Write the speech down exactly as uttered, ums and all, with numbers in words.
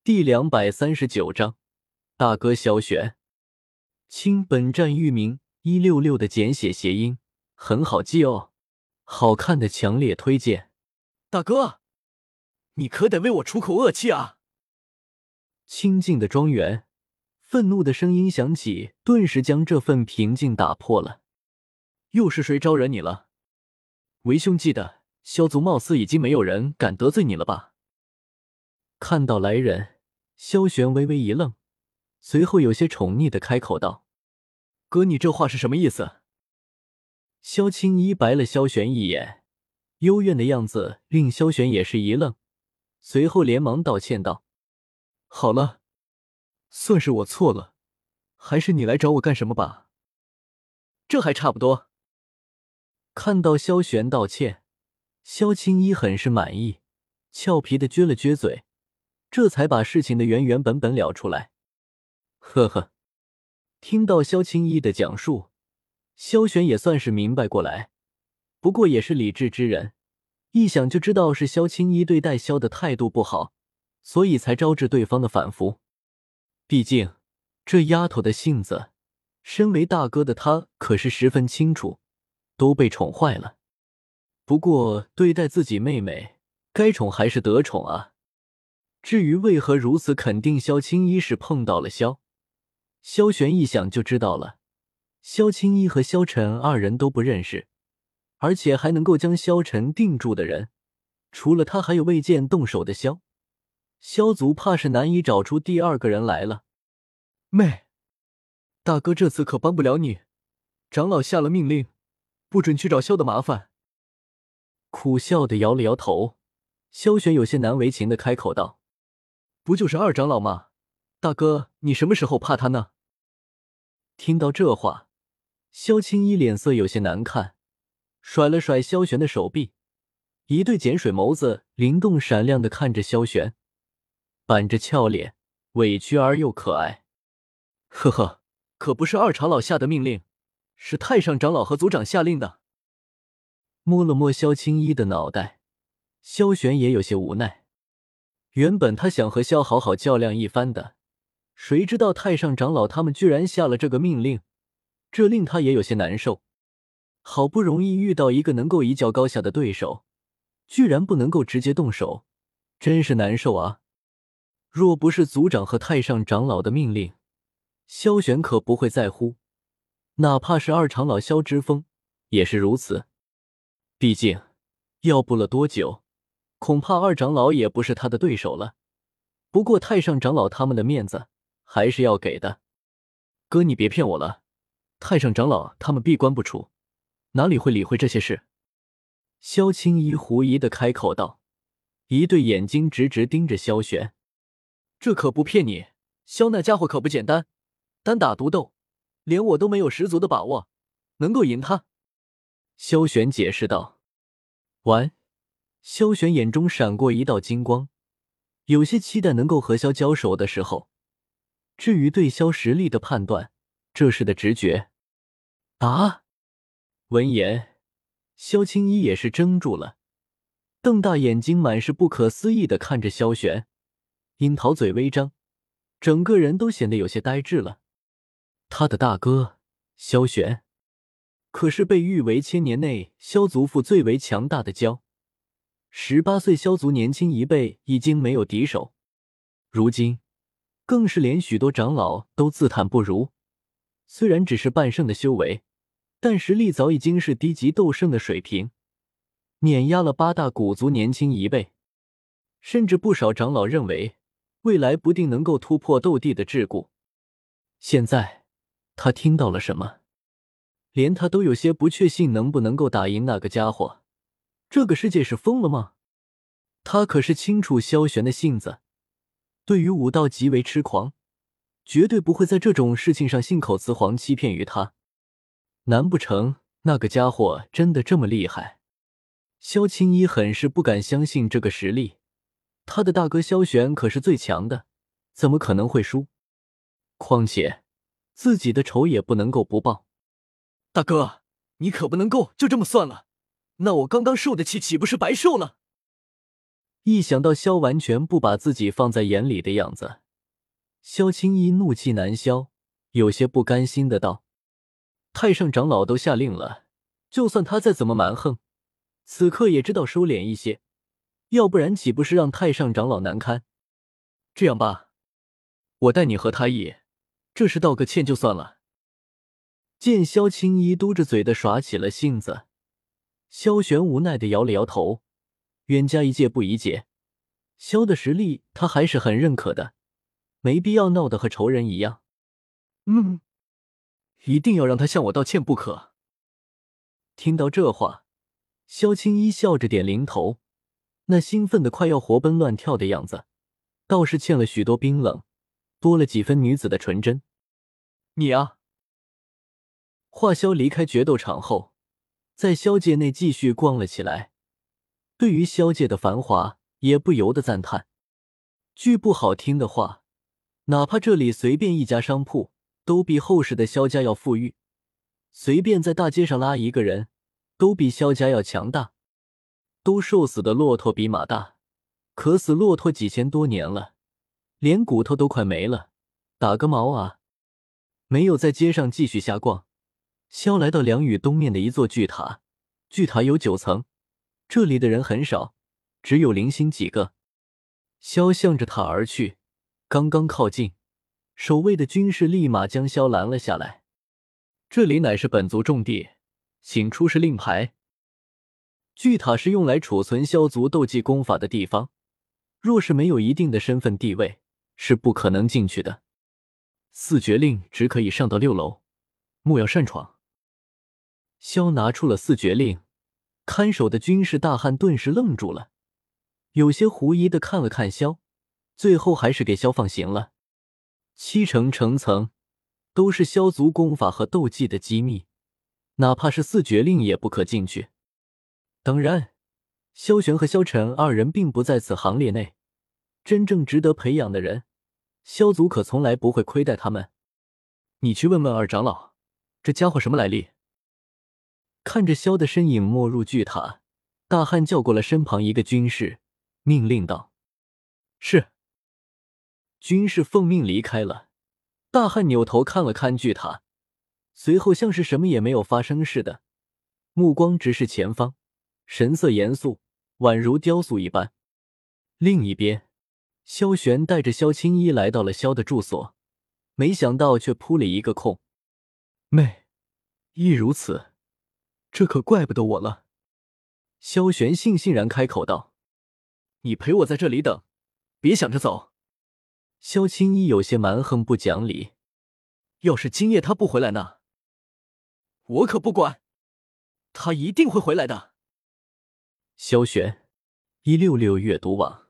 第两百三十九章，大哥萧玄。亲，本站域名一六六的简写谐音，很好记哦。好看的强烈推荐。 大哥，你可得为我出口恶气啊！ 清静的庄园，愤怒的声音响起，顿时将这份平静打破了。 又是谁招惹你了？为兄记得，萧族貌似已经没有人敢得罪你了吧？ 看到来人，萧玄微微一愣，随后有些宠溺地开口道：“ 哥，你这话是什么意思？” 萧青衣白了萧玄一眼，幽怨的样子令萧玄也是一愣，随后连忙道歉道：“ 好了，算是我错了，还是你来找我干什么吧？这还差不多。” 看到萧玄道歉，萧青衣很是满意，俏皮地撅了撅嘴，这才把事情的原原本本了出来。呵呵，听到萧青衣的讲述，萧玄也算是明白过来，不过也是理智之人，一想就知道是萧青衣对待萧的态度不好，所以才招致对方的反复。毕竟这丫头的性子，身为大哥的他可是十分清楚，都被宠坏了。不过对待自己妹妹，该宠还是得宠啊。至于为何如此肯定萧青衣是碰到了萧，萧玄一想就知道了。萧青衣和萧晨二人都不认识，而且还能够将萧晨定住的人，除了他还有未见动手的萧。萧族怕是难以找出第二个人来了。 妹，大哥这次可帮不了你，长老下了命令，不准去找萧的麻烦。 苦笑的摇了摇头，萧玄有些难为情的开口道：“ 不就是二长老吗？大哥，你什么时候怕他呢？” 听到这话，萧青衣脸色有些难看，甩了甩萧玄的手臂，一对碱水眸子灵动闪亮的看着萧玄，板着俏脸，委屈而又可爱。 呵呵，可不是二长老下的命令，是太上长老和族长下令的。 摸了摸萧青衣的脑袋，萧玄也有些无奈。原本他想和萧好好较量一番的，谁知道太上长老他们居然下了这个命令，这令他也有些难受。好不容易遇到一个能够一较高下的对手，居然不能够直接动手，真是难受啊。若不是族长和太上长老的命令，萧玄可不会在乎，哪怕是二长老萧之风也是如此。毕竟要不了多久，恐怕二长老也不是他的对手了。不过太上长老他们的面子还是要给的。 哥，你别骗我了，太上长老他们闭关不出，哪里会理会这些事？ 萧青衣狐疑的开口道，一对眼睛直直盯着萧玄。 这可不骗你，萧那家伙可不简单，单打独斗，连我都没有十足的把握能够赢他。 萧玄解释道。完，萧玄眼中闪过一道金光，有些期待能够和萧交手的时候。至于对萧实力的判断，这是的直觉。啊！闻言，萧青衣也是怔住了，瞪大眼睛满是不可思议地看着萧玄，樱桃嘴微张，整个人都显得有些呆滞了。他的大哥萧玄可是被誉为千年内萧族父最为强大的蛟，十八岁萧族年轻一辈已经没有敌手，如今更是连许多长老都自叹不如。虽然只是半圣的修为，但实力早已经是低级斗圣的水平，碾压了八大古族年轻一辈。甚至不少长老认为未来不定能够突破斗帝的桎梏。现在他听到了什么，连他都有些不确信能不能够打赢那个家伙。这个世界是疯了吗？他可是清楚萧玄的性子，对于武道极为痴狂，绝对不会在这种事情上信口雌黄欺骗于他。难不成那个家伙真的这么厉害？萧青衣很是不敢相信这个实力，他的大哥萧玄可是最强的，怎么可能会输？况且自己的仇也不能够不报。 大哥，你可不能够就这么算了，那我刚刚受的气岂不是白受了？ 一想到萧完全不把自己放在眼里的样子，萧青衣怒气难消，有些不甘心的道：太上长老都下令了，就算他再怎么蛮横，此刻也知道收敛一些，要不然岂不是让太上长老难堪？这样吧，我带你和他一，这事道个歉就算了。见萧青衣嘟着嘴的耍起了性子，萧玄无奈的摇了摇头，冤家宜解不宜结，萧的实力他还是很认可的，没必要闹得和仇人一样。嗯，一定要让他向我道歉不可。听到这话，萧青衣笑着点零头，那兴奋的快要活蹦乱跳的样子，倒是欠了许多冰冷，多了几分女子的纯真。你啊！华萧离开决斗场后，在萧界内继续逛了起来，对于萧界的繁华也不由得赞叹。句不好听的话，哪怕这里随便一家商铺都比后世的萧家要富裕，随便在大街上拉一个人都比萧家要强大。都瘦死的骆驼比马大，可死骆驼几千多年了，连骨头都快没了，打个毛啊！没有在街上继续瞎逛，萧来到梁宇东面的一座巨塔，巨塔有九层，这里的人很少，只有零星几个。萧向着塔而去，刚刚靠近，守卫的军士立马将萧拦了下来。这里乃是本族重地，请出示令牌。巨塔是用来储存萧族斗技功法的地方，若是没有一定的身份地位，是不可能进去的。四绝令只可以上到六楼，莫要擅闯。萧拿出了四绝令，看守的军士大汉顿时愣住了，有些狐疑的看了看萧，最后还是给萧放行了。七层层层都是萧族功法和斗技的机密，哪怕是四绝令也不可进去。当然，萧玄和萧晨二人并不在此行列内，真正值得培养的人，萧族可从来不会亏待他们。你去问问二长老，这家伙什么来历？看着萧的身影没入巨塔，大汉叫过了身旁一个军士，命令道：是。军士奉命离开了，大汉扭头看了看巨塔，随后像是什么也没有发生似的，目光直视前方，神色严肃，宛如雕塑一般。另一边，萧玄带着萧青衣来到了萧的住所，没想到却扑了一个空。妹，亦如此，这可怪不得我了。萧玄悻悻然开口道：你陪我在这里等，别想着走。萧青衣有些蛮横不讲理，要是今夜他不回来呢？我可不管，他一定会回来的。萧玄一六六阅读网。